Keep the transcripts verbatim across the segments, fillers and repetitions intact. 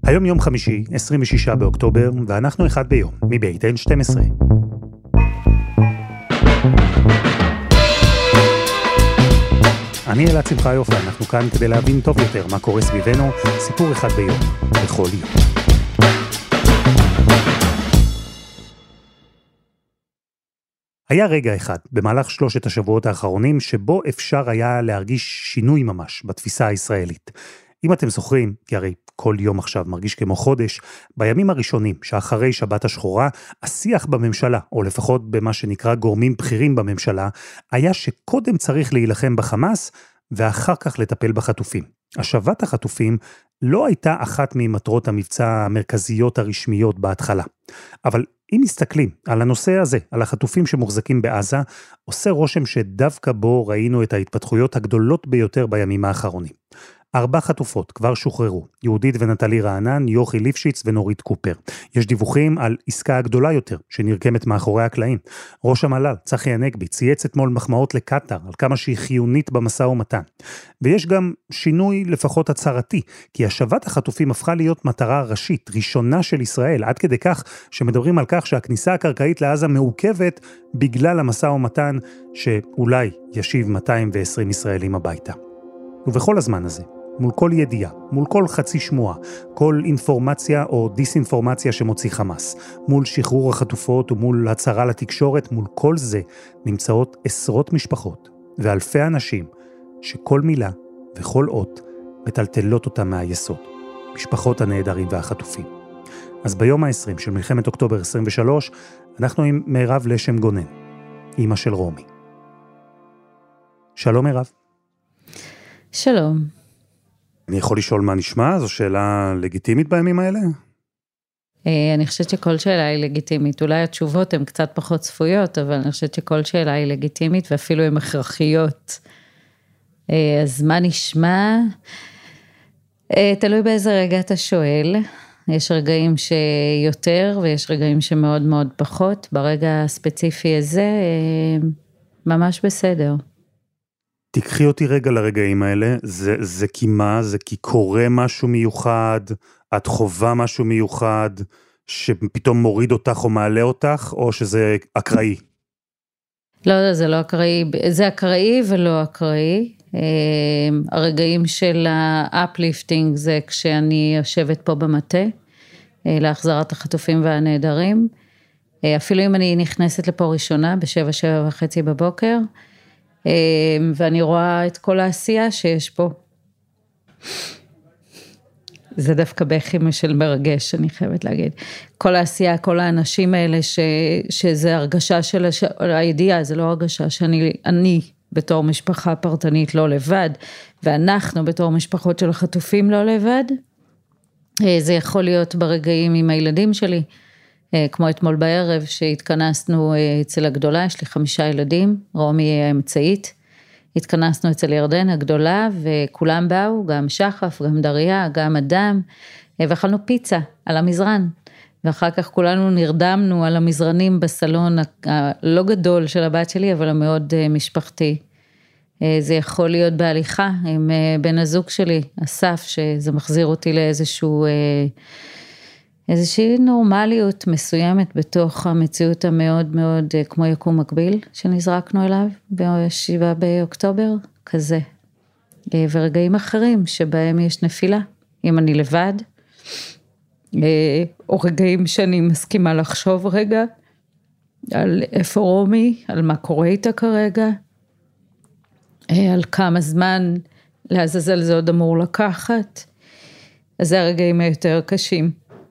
היום יום חמישי, עשרים ושישה באוקטובר, ואנחנו אחד ביום, מבית אן שתים עשרה. אני אלעד שמחיוף, ואנחנו כאן כדי להבין טוב יותר מה קורה סביבנו, סיפור אחד ביום, בכל יום. היה רגע אחד, במהלך שלושת השבועות האחרונים, שבו אפשר היה להרגיש שינוי ממש בתפיסה הישראלית. אם אתם זוכרים, כי הרי כל יום עכשיו מרגיש כמו חודש, בימים הראשונים שאחרי שבת השחורה, השיח בממשלה, או לפחות במה שנקרא גורמים בכירים בממשלה, היה שקודם צריך להילחם בחמאס, ואחר כך לטפל בחטופים. השבת החטופים לא הייתה אחת ממטרות המבצע המרכזיות הרשמיות בהתחלה. אבל אם מסתכלים על הנושא הזה, על החטופים שמוחזקים בעזה, עושה רושם שדווקא בו ראינו את ההתפתחויות הגדולות ביותר בימים האחרונים. ארבע חטופות כבר שוחררו, יהודית ונטלי רענן, יוכי ליפשיץ ונורית קופר. יש דיווחים על עסקה הגדולה יותר, שנרקמת מאחורי הקלעים. ראש המל"ל, צחי הנגבי, צייץ אתמול מחמאות לקטר, על כמה שהיא חיונית במשא ומתן. ויש גם שינוי לפחות הצהרתי, כי השבת החטופים הפכה להיות מטרה ראשית, ראשונה של ישראל, עד כדי כך שמדברים על כך שהכניסה הקרקעית לעזה מעוכבת, בגלל המשא ומתן שאולי ישיב מאתיים ועשרים ישראלים הביתה. ובכל הזמן הזה, מול כל ידיעה, מול כל חצי שמועה, כל אינפורמציה או דיסאינפורמציה שמוציא חמאס, מול שחרור החטופות ומול הצהרה לתקשורת, מול כל זה נמצאות עשרות משפחות ואלפי אנשים שכל מילה וכל אות מטלטלות אותם מהיסוד. משפחות הנעדרים והחטופים. אז ביום ה-עשרים של מלחמת אוקטובר עשרים ושלוש, אנחנו עם מירב לשם גונן, אמא של רומי. שלום מירב. שלום. אני יכול לשאול מה נשמע? זו שאלה לגיטימית בימים האלה? אני חושבת שכל שאלה היא לגיטימית. אולי התשובות הן קצת פחות צפויות, אבל אני חושבת שכל שאלה היא לגיטימית, ואפילו הן הכרחיות. אז מה נשמע? תלוי באיזה רגע אתה שואל. יש רגעים שיותר, ויש רגעים שמאוד מאוד פחות. ברגע הספציפי הזה, ממש בסדר. תקחי אותי רגע לרגעים האלה, זה, זה כי מה? זה כי קורה משהו מיוחד, את חובה משהו מיוחד, שפתאום מוריד אותך או מעלה אותך, או שזה אקראי? לא, זה לא אקראי, זה אקראי ולא אקראי. הרגעים של האפליפטינג זה כשאני יושבת פה במטה, להחזרת החטופים והנעדרים, אפילו אם אני נכנסת לפה ראשונה, בשבע, שבע וחצי בבוקר, ואני רואה את כל העשייה שיש פה. זה דווקא בכי של מרגש, אני חייבת להגיד. כל העשייה, כל האנשים האלה, ש, שזה הרגשה של הש... הידיעה, זה לא הרגשה שאני אני, בתור משפחה פרטנית לא לבד, ואנחנו בתור משפחות של החטופים לא לבד. זה יכול להיות ברגעים עם הילדים שלי, כמו אתמול בערב שהתכנסנו אצל הגדולה, יש לי חמישה ילדים, רומי האמצעית, התכנסנו אצל ירדן הגדולה, וכולם באו, גם שחף, גם דריה, גם אדם, ואכלנו פיצה על המזרן, ואחר כך כולנו נרדמנו על המזרנים בסלון הלא גדול של הבת שלי, אבל המאוד משפחתי. זה יכול להיות בהליכה עם בן הזוג שלי, אסף, שזה מחזיר אותי לאיזשהו... איזושהי נורמליות מסוימת בתוך המציאות המאוד מאוד כמו יקום מקביל שנזרקנו אליו בשבעה באוקטובר, כזה. ורגעים אחרים שבהם יש נפילה, אם אני לבד, או רגעים שאני מסכימה לחשוב רגע על איפה רומי, על מה קורה איתה כרגע, על כמה זמן לעזאזל זה עוד אמור לקחת, אז זה הרגעים היותר קשים.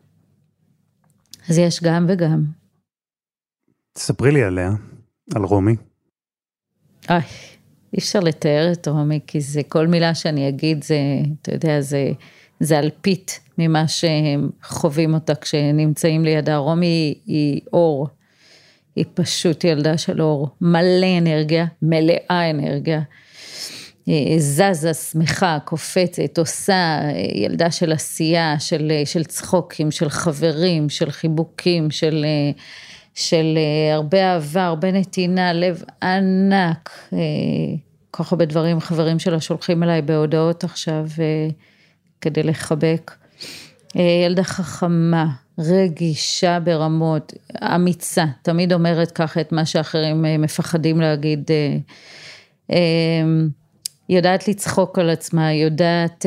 אז יש גם וגם. תספרי לי עליה, על רומי. אוי, אי אפשר לתאר את רומי, כי זה כל מילה שאני אגיד, זה, אתה יודע, זה, זה אלפית ממה שהם חווים אותה כשנמצאים לידה. רומי היא, היא אור, היא פשוט ילדה של אור, מלא אנרגיה, מלאה אנרגיה, זזה, שמחה, קופצת, עושה, ילדה של עשייה, של, של צחוקים, של חברים, של חיבוקים, של, של הרבה אהבה, הרבה נתינה, לב ענק, כל כך הרבה דברים, חברים שלה שולחים אליי בהודעות עכשיו, כדי לחבק. ילדה חכמה, רגישה ברמות, אמיצה, תמיד אומרת ככה את מה שאחרים מפחדים להגיד, יודעת לצחוק על עצמה, יודעת,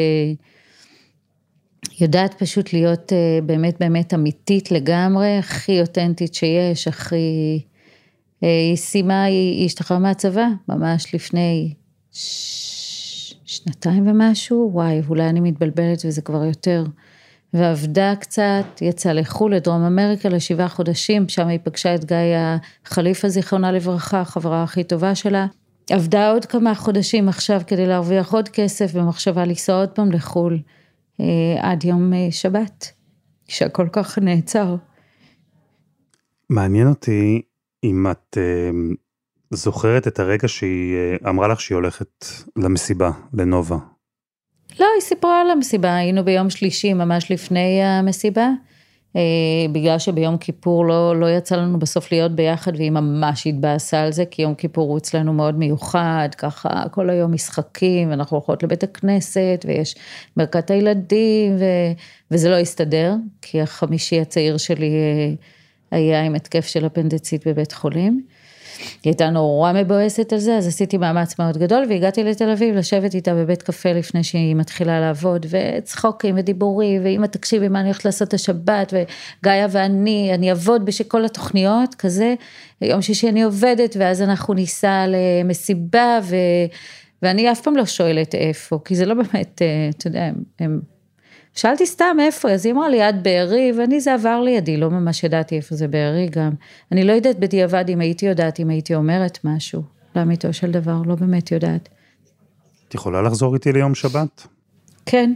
יודעת פשוט להיות באמת באמת אמיתית לגמרי, הכי אותנטית שיש, הכי, היא סיימה, היא השתחררה מהצבא, ממש לפני ש... שנתיים ומשהו, וואי, אולי אני מתבלבלת וזה כבר יותר, ועבדה קצת, יצאה לחו"ל לדרום אמריקה לשבעה חודשים, שם היא פגשה את גיא החליפה זיכרונה לברכה, החברה הכי טובה שלה, עבדה עוד כמה חודשים עכשיו כדי להרוויח עוד כסף, במחשבה לנסוע עוד פעם לחו"ל, עד יום שבת, שהכל כך נעצר. מעניין אותי אם את זוכרת את הרגע שהיא אמרה לך שהיא הולכת למסיבה, לנובה. לא, היא סיפרה על המסיבה, היינו ביום שלישי ממש לפני המסיבה, בגלל שביום כיפור לא, לא יצא לנו בסוף להיות ביחד, והיא ממש התבאסה על זה, כי יום כיפור הוא אצלנו מאוד מיוחד, ככה כל היום משחקים, ואנחנו הולכות לבית הכנסת, ויש מרכז הילדים, ו... וזה לא הסתדר, כי החמישי הצעיר שלי היה עם התקף של אפנדצית בבית חולים, היא הייתה נורא מבואסת על זה, אז עשיתי מאמץ מאוד גדול, והגעתי לתל אביב לשבת איתה בבית קפה לפני שהיא מתחילה לעבוד, וצחוקים ודיבורים, ואמא תקשיבי מה אני הולכת לעשות השבת, וגאיה ואני, אני אעבוד בשכל התוכניות, כזה, יום שישי אני עובדת, ואז אנחנו ניסע למסיבה, ו... ואני אף פעם לא שואלת איפה, כי זה לא באמת, אתה יודע, הם... שאלתי סתם איפה, אז היא אמרה לי, עד בארי, ואני זה עבר לידי, לא ממש ידעתי איפה זה בארי גם. אני לא יודעת בדיעבד אם הייתי יודעת, אם הייתי אומרת משהו, לאמיתו של דבר, לא באמת יודעת. את יכולה לחזור איתי ליום שבת? כן.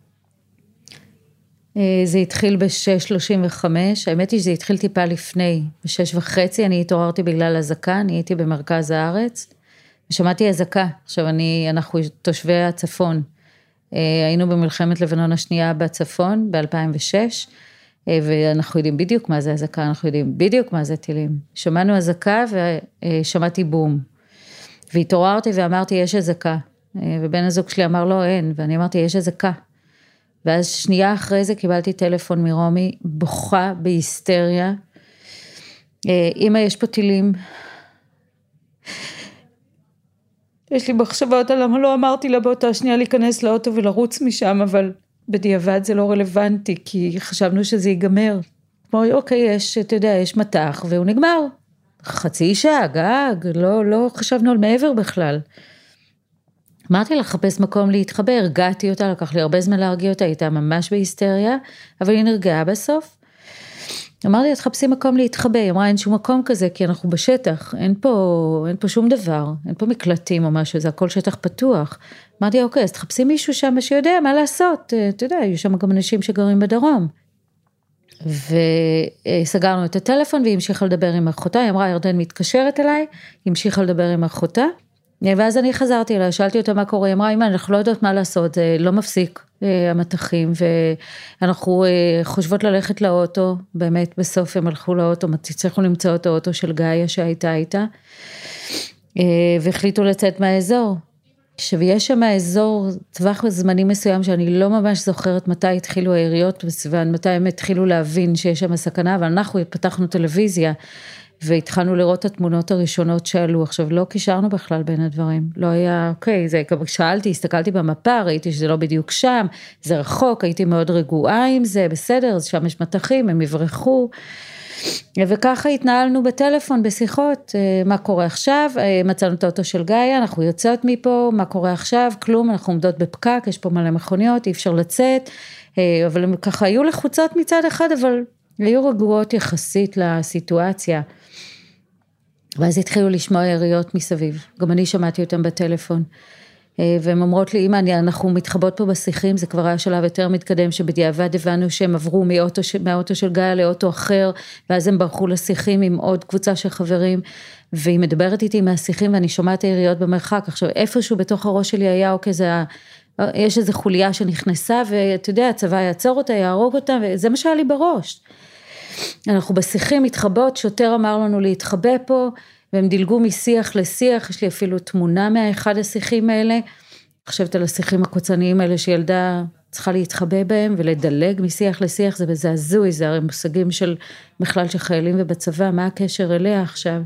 זה התחיל ב-שש שלושים וחמש, האמת היא שזה התחיל טיפה לפני, ב-שש וחצי, אני התעוררתי בגלל הזקה, אני הייתי במרכז הארץ, ושמעתי הזקה, עכשיו אני, אנחנו תושבי הצפון, היינו במלחמת לבנון השנייה בצפון, ב-אלפיים ושש, ואנחנו יודעים בדיוק מה זה הזקה, אנחנו יודעים בדיוק מה זה טילים. שמענו הזקה ושמעתי בום. והתעוררתי ואמרתי, יש הזקה. ובן הזוג שלי אמר, לא, אין. ואני אמרתי, יש הזקה. ואז שנייה אחרי זה קיבלתי טלפון מרומי, בוכה בהיסטריה. אמא, יש פה טילים. יש לי מחשבות על למה לא אמרתי לה באותה שנייה להיכנס לאוטו ולרוץ משם, אבל בדיעבד זה לא רלוונטי, כי חשבנו שזה ייגמר. כמו, אוקיי, יש, אתה יודע, יש מתח, והוא נגמר. חצי שעה, גג, לא, לא חשבנו על מעבר בכלל. אמרתי לה, חפש מקום להתחבר, הרגעתי אותה, לקח לי הרבה זמן להרגיע אותה, הייתה ממש בהיסטריה, אבל היא נרגעה בסוף. אמרתי, את חפשי מקום להתחבא, היא אמרה, אין שום מקום כזה, כי אנחנו בשטח, אין פה, אין פה שום דבר, אין פה מקלטים או משהו, זה הכל שטח פתוח. אמרתי, אוקיי, אז תחפשי מישהו שם שיודע מה לעשות, אתה יודע, יש שם גם אנשים שגרים בדרום. וסגרנו את הטלפון, והיא המשיכה לדבר עם אחותה, היא אמרה, ירדן מתקשרת אליי, היא המשיכה לדבר עם אחותה, ואז אני חזרתי אליה, שאלתי אותה מה קורה, היא אמרה, אמא, אנחנו לא יודעות מה לעשות, זה לא מפסיק, המתחים, ואנחנו חושבות ללכת לאוטו, באמת בסוף הם הלכו לאוטו, תצטרכו למצוא את האוטו של גאיה שהייתה איתה, והחליטו לצאת מהאזור, שיש שם האזור, טווח זמני מסוים, שאני לא ממש זוכרת מתי התחילו העיריות בסביבן, מתי הם התחילו להבין שיש שם סכנה, אבל אנחנו פתחנו טלוויזיה, והתחלנו לראות את התמונות הראשונות שעלו, עכשיו לא קישרנו בכלל בין הדברים, לא היה, אוקיי, זה, שאלתי, הסתכלתי במפה, ראיתי שזה לא בדיוק שם, זה רחוק, הייתי מאוד רגועה עם זה, בסדר, אז שם יש מתחים, הם יברחו, וככה התנהלנו בטלפון, בשיחות, מה קורה עכשיו, מצאנו את האוטו של גאיה, אנחנו יוצאות מפה, מה קורה עכשיו, כלום, אנחנו עומדות בפקק, יש פה מלא מכוניות, אי אפשר לצאת, אבל הם ככה היו לחוצות מצד אחד, אבל היו רגועות יחסית לסיטואציה, ואז התחילו לשמוע יריות מסביב, גם אני שמעתי אותם בטלפון, והן אומרות לי, אמא, אנחנו מתחבות פה בשיחים, זה כבר היה שלב יותר מתקדם, שבדיעבד הבנו שהם עברו מאוטו, מהאוטו של גאיה לאוטו אחר, ואז הם ברחו לשיחים עם עוד קבוצה של חברים, והיא מדברת איתי מהשיחים, ואני שומעת היריות במרחק, עכשיו איפשהו בתוך הראש שלי היה, אוקיי, זה היה, יש איזו חוליה שנכנסה, ואתה יודע, הצבא יעצור אותה, יהרוג אותה, וזה מה שהיה לי בראש. אנחנו בשיחים מתחבות, שוטר אמר לנו להתחבא פה, והם דילגו משיח לשיח, יש לי אפילו תמונה מאחד השיחים האלה, חושבת על השיחים הקוצניים האלה, שילדה צריכה להתחבא בהם ולדלג משיח לשיח, זה בזעזוי, זה הרי מושגים של בכלל של חיילים ובצבא, מה הקשר אליה עכשיו?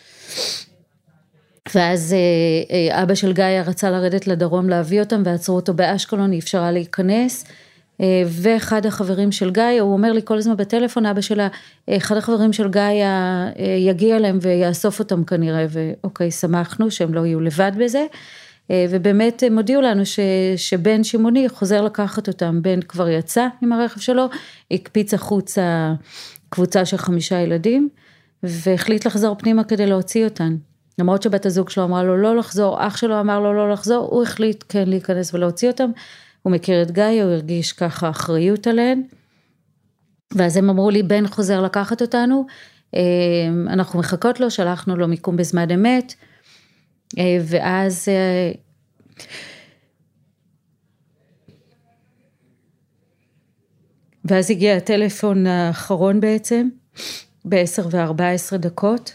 ואז אבא של גיא רצה לרדת לדרום להביא אותם, ועצרו אותו באשקלון, היא אפשרה להיכנס, ואחד החברים של גיא, הוא אומר לי כל הזמן בטלפון, אבא שלה, אחד החברים של גיא יגיע להם ויאסוף אותם כנראה, ואוקיי, שמחנו שהם לא יהיו לבד בזה, ובאמת הם הודיעו לנו ש, שבן שמעוני חוזר לקחת אותם, בן כבר יצא עם הרכב שלו, הקפיץ החוצה קבוצה של חמישה ילדים, והחליט לחזור פנימה כדי להוציא אותן, למרות שבת הזוג שלו אמרה לו לא לחזור, אח שלו אמר לו לא לחזור, הוא החליט כן להיכנס ולהוציא אותם, הוא מכיר את גיא, הוא הרגיש ככה אחריות עליהן, ואז הם אמרו לי, בן חוזר לקחת אותנו, אנחנו מחכות לו, שלחנו לו מיקום בזמן אמת, ואז, ואז הגיע הטלפון האחרון בעצם, ב-עשר וארבע עשרה דקות,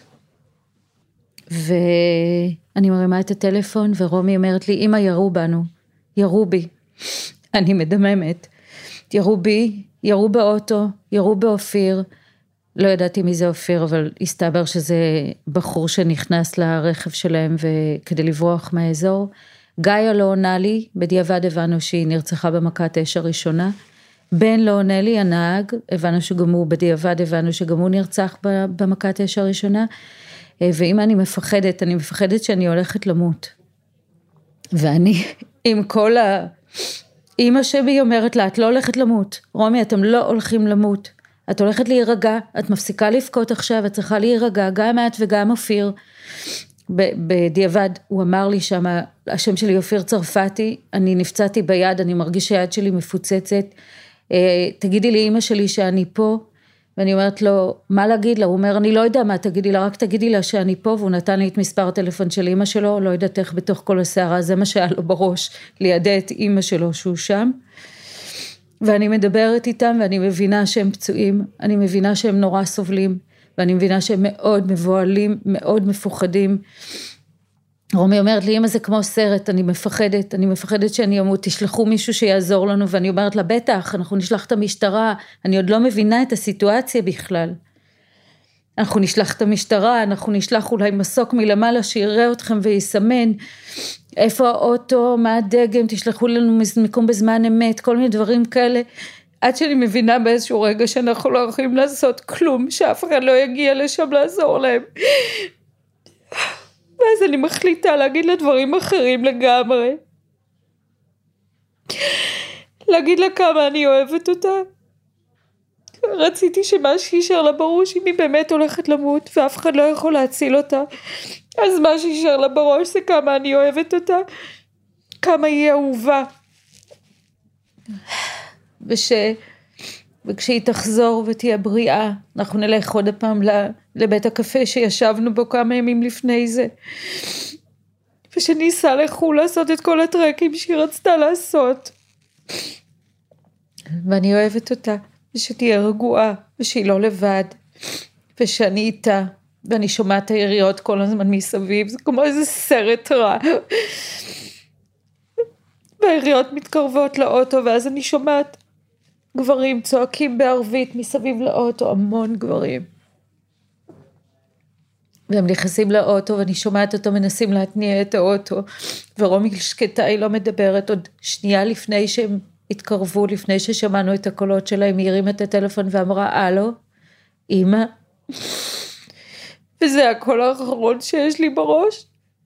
ואני מרימה את הטלפון, ורומי אומרת לי, אמא ירו בנו, ירו בי, אני מדממת, ירו בי, ירו באוטו, ירו באופיר, לא ידעתי מי זה אופיר, אבל הסתבר שזה בחור שנכנס לרכב שלהם, וכדי לברוח מהאזור, גיא לא עונה לי, בדיעבד הבנו שהיא נרצחה במכת אש הראשונה, בן לא עונה לי, הנהג, הבנו שגם הוא, בדיעבד הבנו שגם הוא נרצח במכת אש הראשונה, ואם אני מפחדת, אני מפחדת שאני הולכת למות, ואני עם כל ה... אמא שבי אומרת לה, את לא הולכת למות, רומי, אתם לא הולכים למות, את הולכת להירגע, את מפסיקה לבכות עכשיו, את צריכה להירגע, גם את וגם אופיר, בדיעבד, הוא אמר לי שם, השם שלי אופיר צרפתי, אני נפצעתי ביד, אני מרגיש שהיד שלי מפוצצת, תגידי לי אמא שלי שאני פה, ואני אומרת לו, מה להגיד לה? הוא אומר, אני לא יודע מה תגידי לה, רק תגידי לה שאני פה, והוא נתן לי את מספר הטלפון של אמא שלו, לא יודעת איך בתוך כל הסערה, זה מה שהיה לו בראש, לידע את אמא שלו שהוא שם, ואני מדברת איתם, ואני מבינה שהם פצועים, אני מבינה שהם נורא סובלים, ואני מבינה שהם מאוד מבועלים, מאוד מפוחדים, רומי אומרת לי, אמא זה כמו סרט, אני מפחדת, אני מפחדת שאני אמות, תשלחו מישהו שיעזור לנו, ואני אומרת לה, בטח, אנחנו נשלח את המשטרה, אני עוד לא מבינה את הסיטואציה בכלל, אנחנו נשלח את המשטרה, אנחנו נשלח אולי מסוק מלמעלה, שיראה אתכם ויסמן, איפה האוטו, מה הדגם, תשלחו לנו מיקום בזמן אמת, כל מיני דברים כאלה, עד שאני מבינה באיזשהו רגע, שאנחנו לא יכולים לעשות כלום, שאף אחד לא יגיע לשם לעזור להם, ואז אני מחליטה להגיד לה דברים אחרים לגמרי. להגיד לה כמה אני אוהבת אותה. רציתי שמה שישר לה בראש, אם היא באמת הולכת למות, ואף אחד לא יכול להציל אותה. אז מה שישר לה בראש זה כמה אני אוהבת אותה. כמה היא אהובה. וש... וכשהיא תחזור ותהיה בריאה, אנחנו נלך עוד הפעם לבית הקפה שישבנו בו כמה ימים לפני זה, ושניסה לחול לעשות את כל הטרקים שהיא רצתה לעשות, ואני אוהבת אותה, ושתהיה רגועה, ושהיא לא לבד, ושאני איתה, ואני שומעת את היריות כל הזמן מסביב, זה כמו איזה סרט רע, והיריות מתקרבות לאוטו, ואז אני שומעת, גברים צועקים בערבית מסביב לאוטו, המון גברים. והם נכנסים לאוטו, ואני שומעת אותו, מנסים להתניע את האוטו, ורומי שקטה, היא לא מדברת, עוד שנייה לפני שהם התקרבו, לפני ששמענו את הקולות שלהם, היא הרימה את הטלפון ואמרה, אלו, אמא, וזה הקול האחרון שיש לי בראש.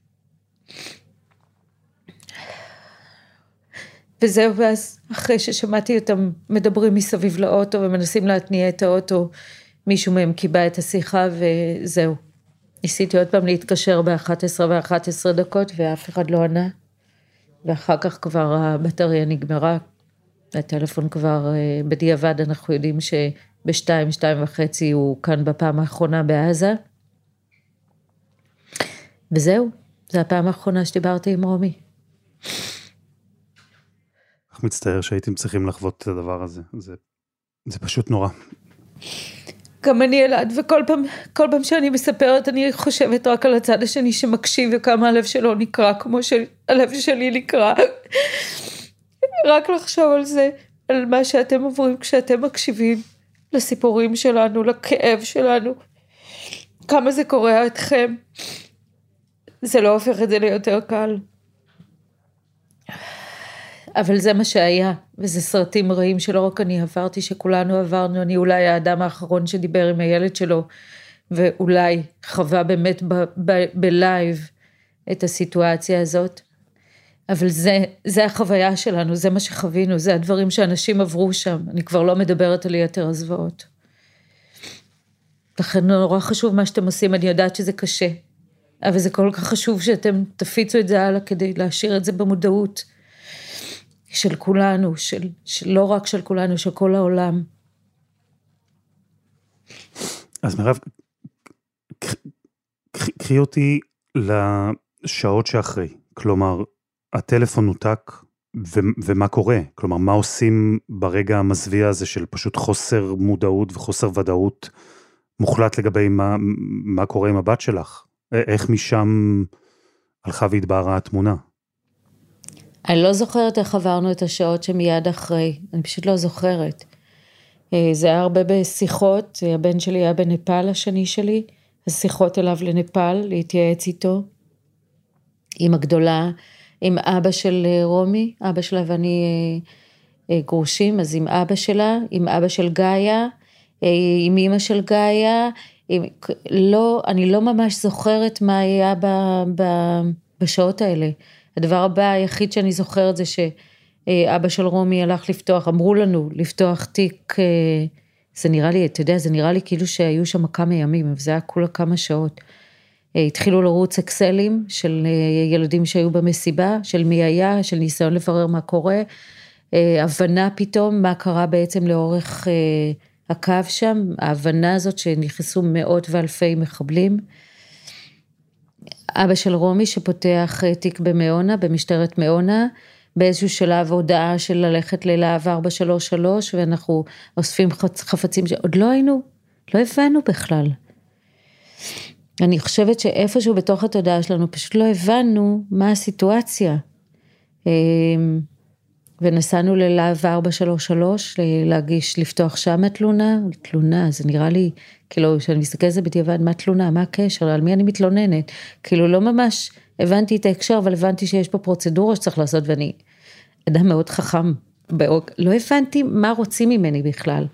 וזהו, ואז אחרי ששמעתי אותם מדברים מסביב לאוטו, ומנסים להתניע את האוטו, מישהו מהם קיבע את השיחה, וזהו. ניסיתי עוד פעם להתקשר ב-אחת עשרה ו-אחת עשרה דקות, ואף אחד לא ענה. ואחר כך כבר הבטריה נגמרה, הטלפון כבר בדיעבד, אנחנו יודעים שבשתיים, שתיים וחצי הוא כאן בפעם האחרונה בעזה. וזהו, זו הפעם האחרונה שדיברתי עם רומי. אני מצטער שהייתם צריכים לחוות את הדבר הזה, זה, זה פשוט נורא. גם אני אלעד, וכל פעם, כל פעם שאני מספרת, אני חושבת רק על הצד השני שמקשיב, וכמה הלב שלו נקרא, כמו שהלב שלי נקרא. רק לחשוב על זה, על מה שאתם עוברים כשאתם מקשיבים לסיפורים שלנו, לכאב שלנו, כמה זה קורע אתכם, זה לא הופך את זה ליותר קל. אבל זה מה שהיה, וזה סרטים רעים שלא רק אני עברתי, שכולנו עברנו, אני אולי האדם האחרון שדיבר עם הילד שלו, ואולי חווה באמת ב- ב- בלייב את הסיטואציה הזאת, אבל זה, זה החוויה שלנו, זה מה שחווינו, זה הדברים שאנשים עברו שם, אני כבר לא מדברת על יתר הזוועות. לכן נורא חשוב מה שאתם עושים, אני יודעת שזה קשה, אבל זה כל כך חשוב שאתם תפיצו את זה הלאה, כדי להשאיר את זה במודעות, של כולנו, של, של, לא רק של כולנו, של כל העולם. אז מירב, קחי אותי לשעות שאחרי, כלומר, הטלפון נותק, ו- ומה קורה? כלומר, מה עושים ברגע המזוויע הזה של פשוט חוסר מודעות וחוסר ודאות מוחלט לגבי מה, מה קורה עם הבת שלך? איך משם הלכה והתבהרה התמונה? אני לא זוכרת איך עברנו את השעות שמיד אחרי, אני פשוט לא זוכרת. זה היה הרבה בשיחות, הבן שלי היה בנפאל השני שלי, אז שיחות אליו לנפאל, להתייעץ איתו, עם הגדולה, עם אבא של רומי, אבא שלה ואני גרושים, אז עם אבא שלה, עם אבא של גאיה, עם אמא של גאיה, עם, לא, אני לא ממש זוכרת מה היה ב, ב, בשעות האלה. הדבר הבא היחיד שאני זוכרת זה שאבא של רומי הלך לפתוח, אמרו לנו לפתוח תיק, זה נראה לי, אתה יודע, זה נראה לי כאילו שהיו שם כמה ימים, אבל זה היה כולה כמה שעות. התחילו לרוץ אקסלים של ילדים שהיו במסיבה, של מי היה, של ניסיון לברר מה קורה, הבנה פתאום מה קרה בעצם לאורך הקו שם, ההבנה הזאת שנכנסו מאות ואלפי מחבלים. אבא של רומי שפותח תיק במעונה, במשטרת מעונה, באיזשהו שלב הודעה של ללכת ללהב ארבע שלוש שלוש, ואנחנו אוספים חפצים שעוד לא היינו, לא הבנו בכלל. אני חושבת שאיפשהו בתוך התודעה שלנו, פשוט לא הבנו מה הסיטואציה. ונסענו ללהב ארבע שלוש שלוש, להגיש, לפתוח שם תלונה, תלונה, זה נראה לי, כאילו, שאני מסתכל על זה בדיעבד, מה תלונה, מה הקשר, על מי אני מתלוננת, כאילו לא ממש הבנתי את ההקשר, אבל הבנתי שיש פה פרוצדורה שצריך לעשות, ואני אדם מאוד חכם, לא הבנתי מה רוצים ממני בכלל,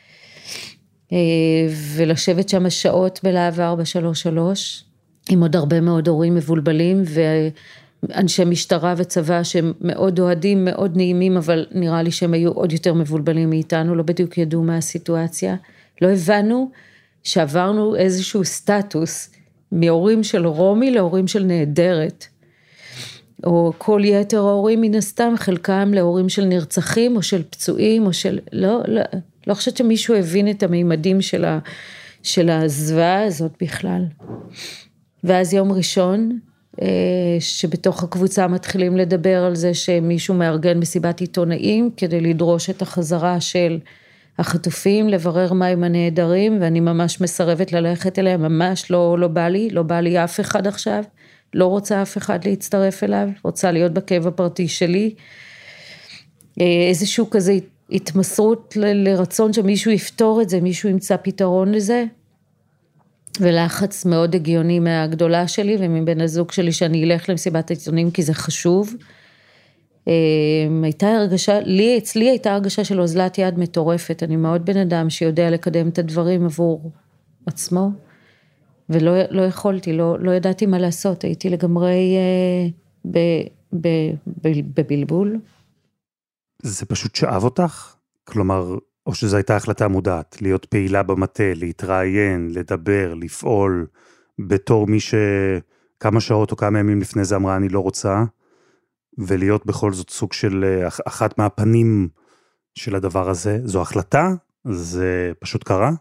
ולשבת שם שעות בלהב ארבע שלוש שלוש, עם עוד הרבה מאוד הורים מבולבלים, ואנשי משטרה וצבא שהם מאוד אוהדים, מאוד נעימים, אבל נראה לי שהם היו עוד יותר מבולבלים מאיתנו, לא בדיוק ידעו מה הסיטואציה, לא הבנו שעברנו איזשהו סטטוס, מהורים של רומי להורים של נהדרת, או כל יתר ההורים מן הסתם, חלקם להורים של נרצחים, או של פצועים, או של, לא, לא, לא חושבת שמישהו הבין את המימדים של, ה, של הזוועה הזאת בכלל. ואז יום ראשון, שבתוך הקבוצה מתחילים לדבר על זה, שמישהו מארגן מסיבת עיתונאים, כדי לדרוש את החזרה של החטופים, לברר מה עם הנהדרים, ואני ממש מסרבת ללכת אליהם, ממש לא, לא בא לי, לא בא לי אף אחד עכשיו, לא רוצה אף אחד להצטרף אליו, רוצה להיות בכאב הפרטי שלי, איזשהו כזה התמסרות ל- לרצון שמישהו יפתור את זה, מישהו ימצא פתרון לזה, ולחץ מאוד הגיוני מהגדולה שלי, ומבין הזוג שלי שאני אלך למסיבת העיתונאים, כי זה חשוב. הייתה הרגשה, לי, אצלי הייתה הרגשה של אוזלת יד מטורפת, אני מאוד בן אדם שיודע לקדם את הדברים עבור עצמו, ולא לא יכולתי, לא, לא ידעתי מה לעשות, הייתי לגמרי אה, ב, ב, ב, בבלבול. זה פשוט שאב אותך? כלומר, או שזו הייתה החלטה מודעת, להיות פעילה במטה, להתראיין, לדבר, לפעול, בתור מי שכמה שעות או כמה ימים לפני זה אמרה אני לא רוצה, ולהיות בכל זאת סוג של אחת מהפנים של הדבר הזה, זו החלטה? זה פשוט קרה?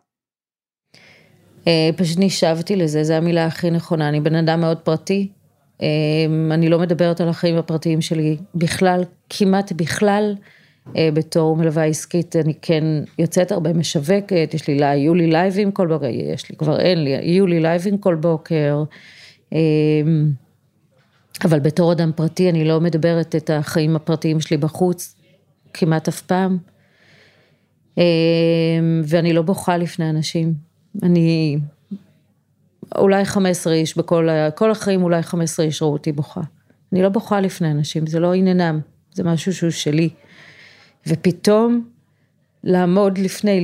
פשוט נשאבתי לזה, זו המילה הכי נכונה, אני בן אדם מאוד פרטי, אני לא מדברת על החיים הפרטיים שלי בכלל, כמעט בכלל, בתור מלווה עסקית, אני כן יוצאת הרבה משווקת, יש לי, היו לי לייבים כל בוקר, יש לי, כבר אין לי, היו לי לייבים כל בוקר, אבל בתור אדם פרטי, אני לא מדברת את החיים הפרטיים שלי בחוץ, כמעט אף פעם, ואני לא בוכה לפני אנשים, אני, אולי חמש עשרה איש, בכל כל החיים אולי חמש עשרה איש ראו אותי בוכה, אני לא בוכה לפני אנשים, זה לא עניינם, זה משהו שהוא שלי, ופתאום לעמוד לפני,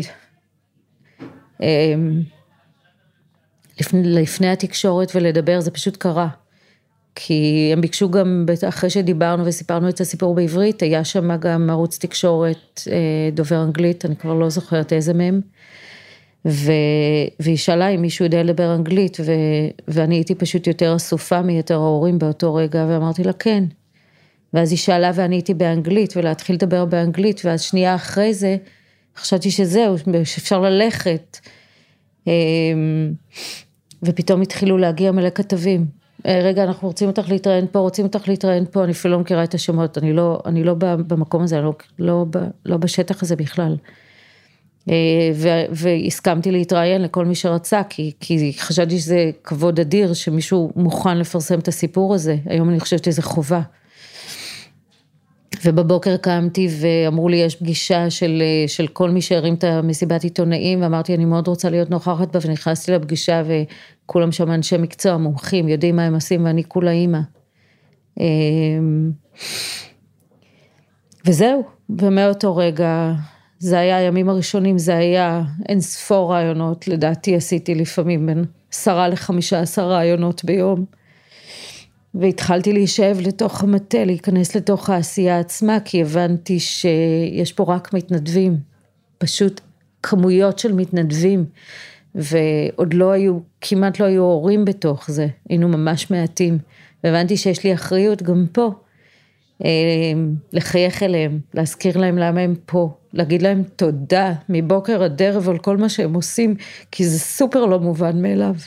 לפני, לפני התקשורת ולדבר, זה פשוט קרה, כי הם ביקשו גם, אחרי שדיברנו וסיפרנו את הסיפור בעברית, היה שם גם ערוץ תקשורת דובר אנגלית, אני כבר לא זוכרת איזה מהם, ו... והיא שאלה אם מישהו יודע לדבר אנגלית, ו... ואני הייתי פשוט יותר אסופה מיתר ההורים באותו רגע, ואמרתי לה כן, ואז היא שאלה ואני הייתי באנגלית, ולהתחיל לדבר באנגלית, ואז שנייה אחרי זה, חשבתי שזהו, שאפשר ללכת, ופתאום התחילו להגיע מלא כתבים, רגע, אנחנו רוצים אותך להתראיין פה, רוצים אותך להתראיין פה, אני אפילו לא מכירה את השמות, אני לא, אני לא במקום הזה, אני לא, לא, לא בשטח הזה בכלל. והסכמתי להתראיין לכל מי שרצה, כי, כי חשבתי שזה כבוד אדיר, שמישהו מוכן לפרסם את הסיפור הזה, היום אני חושבת שזה חובה. ובבוקר קמתי ואמרו לי, יש פגישה של, של כל מי שהרים את המסיבת עיתונאים, ואמרתי, אני מאוד רוצה להיות נוכחת בה, ונכנסתי לפגישה, וכולם שם אנשי מקצוע, מומחים, יודעים מה הם עושים, ואני כולה אימא. וזהו, ומאותו רגע, זה היה הימים הראשונים, זה היה אין ספור רעיונות, לדעתי עשיתי לפעמים בין עשרה לחמישה עשר רעיונות ביום, והתחלתי להישאב לתוך המטה, להיכנס לתוך העשייה עצמה, כי הבנתי שיש פה רק מתנדבים, פשוט כמויות של מתנדבים, ועוד לא היו, כמעט לא היו הורים בתוך זה, היינו ממש מעטים, והבנתי שיש לי אחריות גם פה, לחייך אליהם, להזכיר להם למה הם פה, להגיד להם תודה מבוקר עד ערב על כל מה שהם עושים, כי זה סופר לא מובן מאליו.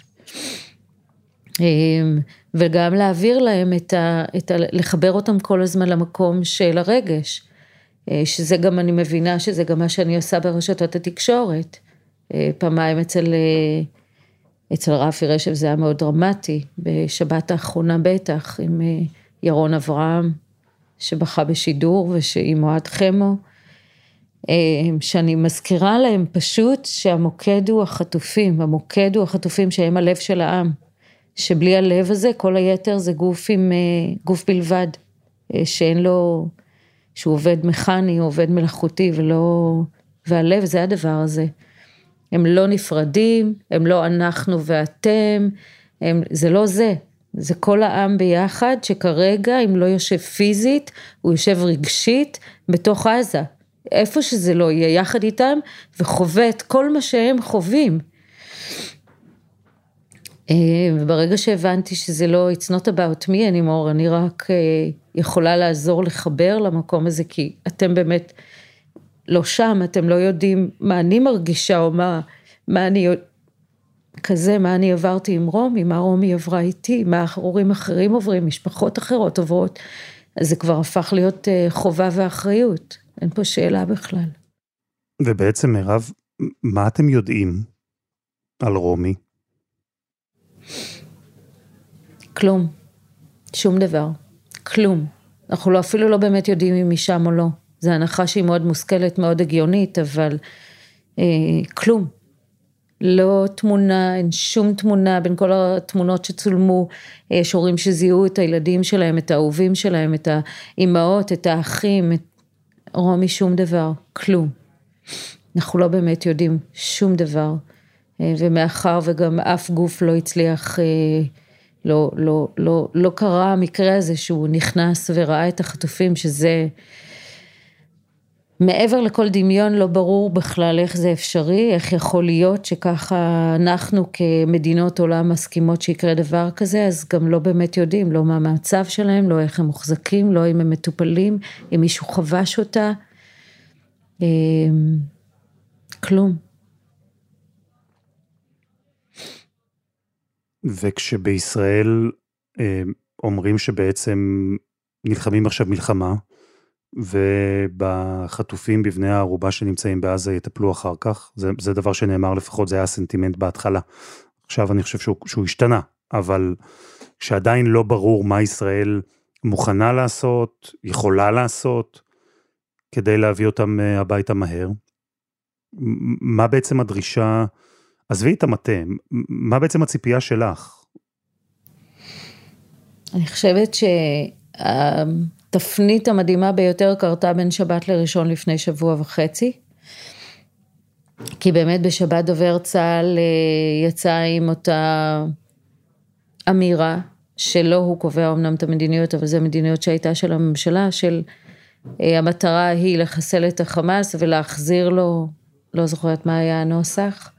וגם להעביר להם את ה, את ה, לחבר אותם כל הזמן למקום של הרגש, שזה גם, אני מבינה שזה גם מה שאני עושה ברשתות התקשורת, פעמיים אצל, אצל רפי רשף זה היה מאוד דרמטי, בשבת האחרונה בטח, עם ירון אברהם, שבכה בשידור, ושעם אוהד חמו, שאני מזכירה להם פשוט שהמוקד הוא החטופים, המוקד הוא החטופים שהם הלב של העם, שבלי הלב הזה כל היתר זה גוף עם, גוף בלבד, שאין לו, שהוא עובד מכני, הוא עובד מלאכותי, ולא, והלב זה הדבר הזה. הם לא נפרדים, הם לא אנחנו ואתם, הם, זה לא זה, זה כל העם ביחד, שכרגע אם לא יושב פיזית, הוא יושב רגשית בתוך עזה, איפה שזה לא יהיה יחד איתם, וחווה את כל מה שהם חווים. וברגע שהבנתי שזה לא, it's not about me anymore, אני רק יכולה לעזור לחבר למקום הזה, כי אתם באמת לא שם, אתם לא יודעים מה אני מרגישה, או מה, מה אני, כזה, מה אני עברתי עם רומי, מה רומי עברה איתי, מה הורים אחרים עוברים, משפחות אחרות עוברות, אז זה כבר הפך להיות חובה ואחריות, אין פה שאלה בכלל. ובעצם מירב, מה אתם יודעים על רומי? כלום, שום דבר, כלום. אנחנו לא, אפילו לא באמת יודעים אם היא שם או לא. זו הנחה שהיא מאוד מושכלת, מאוד הגיונית, אבל אה, כלום. לא תמונה, אין שום תמונה בין כל התמונות שצולמו, יש הורים שזיהו את הילדים שלהם, את האהובים שלהם, את האימהות, את האחים, את רומי, שום דבר, כלום. אנחנו לא באמת יודעים שום דבר. ומאחר וגם אף גוף לא הצליח, לא, לא, לא, לא קרה המקרה הזה שהוא נכנס וראה את החטופים, שזה מעבר לכל דמיון לא ברור בכלל איך זה אפשרי, איך יכול להיות שככה אנחנו כמדינות עולם מסכימות שיקרה דבר כזה, אז גם לא באמת יודעים, לא מה המצב שלהם, לא איך הם מוחזקים, לא אם הם מטופלים, אם מישהו חבש אותה, כלום. וכשבישראל אומרים שבעצם נלחמים עכשיו מלחמה, ובחטופים בבני הערובה שנמצאים בעזה יטפלו אחר כך, זה, זה דבר שנאמר לפחות, זה היה סנטימנט בהתחלה. עכשיו אני חושב שהוא, שהוא השתנה, אבל שעדיין לא ברור מה ישראל מוכנה לעשות, יכולה לעשות, כדי להביא אותם הביתה מהר. מה בעצם הדרישה, עזבי את המטה, מה בעצם הציפייה שלך? אני חושבת שהתפנית המדהימה ביותר קרתה בין שבת לראשון לפני שבוע וחצי, כי באמת בשבת דובר צה"ל יצא עם אותה אמירה, שלא הוא קובע אמנם את המדיניות, אבל זו מדיניות שהייתה של הממשלה, של המטרה היא לחסל את החמאס ולהחזיר לו, לא זוכרת מה היה הנוסח,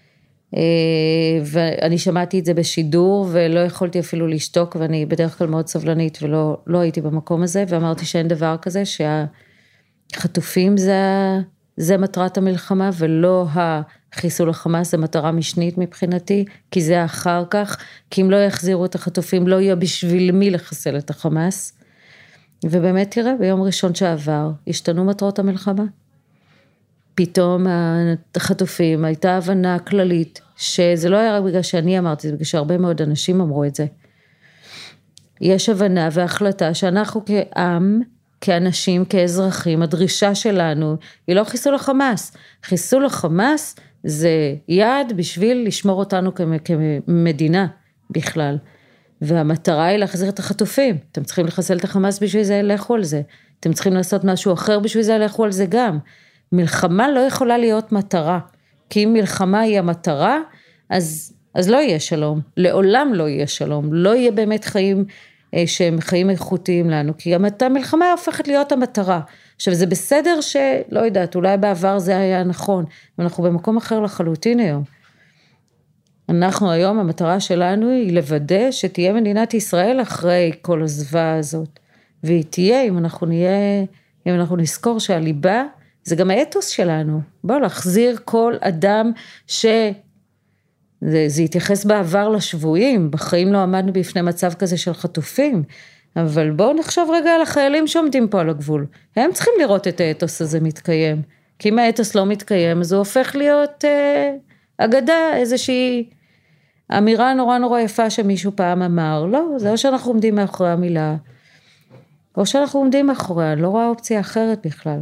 ואני שמעתי את זה בשידור ולא יכולתי אפילו לשתוק, ואני בדרך כלל מאוד סבלנית ולא לא הייתי במקום הזה, ואמרתי שאין דבר כזה, שהחטופים זה, זה מטרת המלחמה ולא החיסול החמאס, זה מטרה משנית מבחינתי, כי זה אחר כך, כי אם לא יחזירו את החטופים, לא יהיה בשביל מי לחסל את החמאס, ובאמת תראה, ביום ראשון שעבר, השתנו מטרות המלחמה. פתאום החטופים, הייתה הבנה כללית, שזה לא היה רק בגלל שאני אמרתי, זה בגלל שהרבה מאוד אנשים אמרו את זה. יש הבנה והחלטה שאנחנו כעם, כאנשים, כאזרחים, הדרישה שלנו, היא לא חיסול החמאס. חיסול החמאס זה יעד בשביל לשמור אותנו כמדינה בכלל. והמטרה היא להחזיר את החטופים. אתם צריכים לחסל את החמאס בשביל זה, לכו על זה. אתם צריכים לעשות משהו אחר בשביל זה, לכו על זה גם. מלחמה לא יכולה להיות מטרה. כי אם מלחמה היא המטרה, אז, אז לא יהיה שלום. לעולם לא יהיה שלום. לא יהיה באמת חיים שהם חיים איכותיים לנו. כי המלחמה הופכת להיות המטרה. עכשיו זה בסדר שלא יודעת, אולי בעבר זה היה נכון. ואנחנו במקום אחר לחלוטין היום. אנחנו היום, המטרה שלנו היא לוודא שתהיה מדינת ישראל אחרי כל הזוועה הזאת. והיא תהיה, אם אנחנו נהיה, אם אנחנו נזכור שהליבה, זה גם האתוס שלנו. בואו להחזיר כל אדם ש... זה, זה יתייחס בעבר לשבויים, בחיים לא עמדנו בפני מצב כזה של חטופים, אבל בואו נחשוב רגע על החיילים שעומדים פה על הגבול. הם צריכים לראות את האתוס הזה מתקיים. כי אם האתוס לא מתקיים, אז הוא הופך להיות אה, אגדה, איזושהי... אמירה נורא נורא יפה שמישהו פעם אמר, לא, זה או שאנחנו עומדים מאחורי המילה, או שאנחנו עומדים מאחוריה, לא רואה אופציה אחרת בכלל.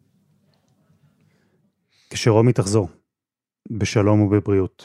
כשרומי תחזור, בשלום ובבריאות,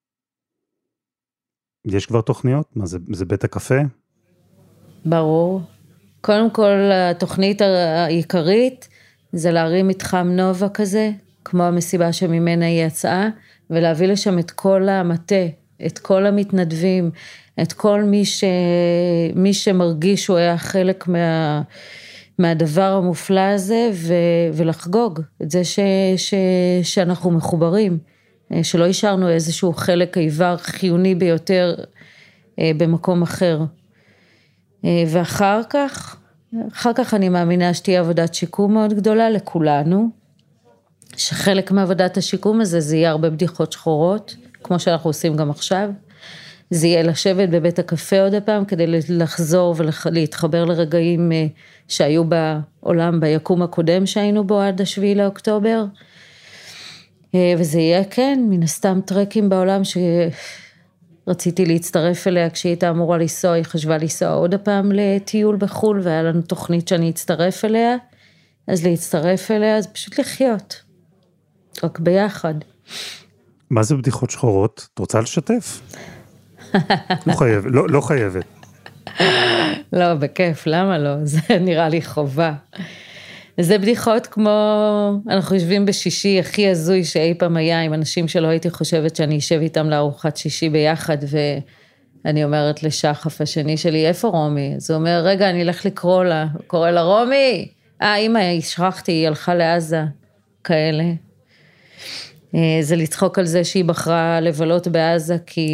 יש כבר תוכניות? מה זה, זה בית הקפה? ברור. קודם כל, התוכנית העיקרית, זה להרים מתחם נובה כזה, כמו המסיבה שממנה היא יצאה, ולהביא לשם את כל המטה, את כל המתנדבים, את כל מי, ש... מי שמרגיש שהוא היה חלק מה... מהדבר המופלא הזה, ו... ולחגוג את זה ש... ש... שאנחנו מחוברים, שלא השארנו איזשהו חלק איבר חיוני ביותר במקום אחר. ואחר כך, אחר כך אני מאמינה שתהיה עבודת שיקום מאוד גדולה לכולנו, שחלק מעבודת השיקום הזה זה יהיה הרבה בדיחות שחורות, כמו שאנחנו עושים גם עכשיו, זה יהיה לשבת בבית הקפה עוד הפעם, כדי לחזור ולהתחבר לרגעים שהיו בעולם, ביקום הקודם שהיינו בו עד השביעי לאוקטובר, וזה יהיה כן, מן הסתם טרקים בעולם שרציתי להצטרף אליה, כשהיא הייתה אמורה לנסוע, היא חשבה לנסוע עוד הפעם לטיול בחול, והיה לנו תוכנית שאני אצטרף אליה, אז להצטרף אליה, אז פשוט לחיות, רק ביחד. מה זה בדיחות שחורות? את רוצה לשתף? לא חייבת, לא, לא חייבת. לא, בכיף, למה לא? זה נראה לי חובה. זה בדיחות כמו, אנחנו יושבים בשישי, הכי הזוי שאי פעם היה, עם אנשים שלא הייתי חושבת שאני אשב איתם לארוחת שישי ביחד, ואני אומרת לשחף השני שלי, איפה רומי? אז הוא אומר, רגע, אני אלך לקרוא לה, קורא לה, רומי! אה, אמא, השכחתי, היא הלכה לעזה, כאלה. זה לצחוק על זה שהיא בחרה לבלות בעזה, כי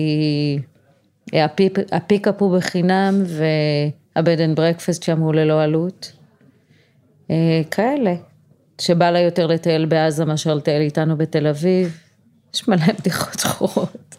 הפיקאפ הוא בחינם, והבד אנד ברקפסט שם הוא ללא עלות. כאלה, שבא לה יותר לטייל בעזה, מאשר לטייל איתנו בתל אביב. יש מלא בדיחות שחורות.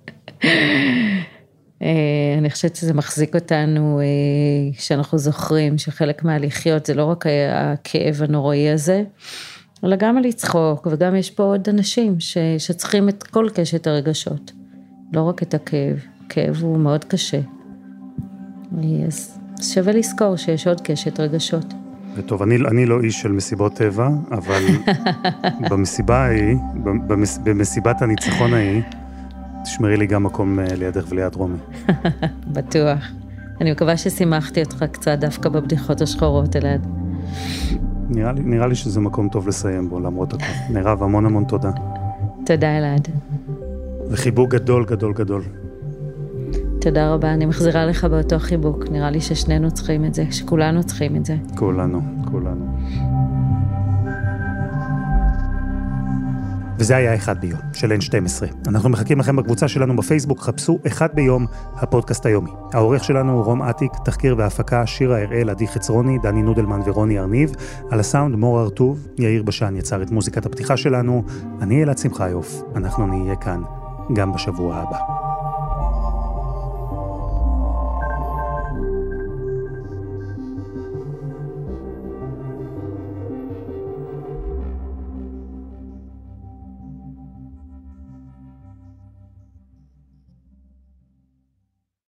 אני חושבת שזה מחזיק אותנו, שאנחנו זוכרים שחלק מהלחיות זה לא רק הכאב הנוראי הזה, אלא גם על לצחוק, וגם יש פה עוד אנשים ש, שצריכים את כל קשת הרגשות, לא רק את הכאב, כאב הוא מאוד קשה. אז שווה לזכור שיש עוד קשת רגשות. וטוב, אני, אני לא איש של מסיבות טבע, אבל במסיבה ההיא, במס, במסיבת הניצחון ההיא, תשמרי לי גם מקום לידך וליד רומי. בטוח. אני מקווה ששימחתי אותך קצת דווקא בבדיחות השחורות, אלעד. נראה לי, נראה לי שזה מקום טוב לסיים בו, למרות הכל. מירב, המון המון תודה. תודה, אלעד. וחיבוק גדול, גדול, גדול. תודה רבה, אני מחזירה לך באותו חיבוק. נראה לי ששנינו צריכים את זה, שכולנו צריכים את זה. כולנו, כולנו. וזה היה אחד ביום, של אן שתים עשרה. אנחנו מחכים לכם בקבוצה שלנו בפייסבוק, חפשו אחד ביום, הפודקאסט היומי. העורך שלנו הוא רום עתיק, תחקיר והפקה, שירה הראל, עדי חצרוני, דני נודלמן ורוני ארניב, על הסאונד מור ארטוב, יאיר בשן יצר את מוזיקת הפתיחה שלנו, אני אלעד שמחיוף, אנחנו נהיה כאן גם בשבוע הבא.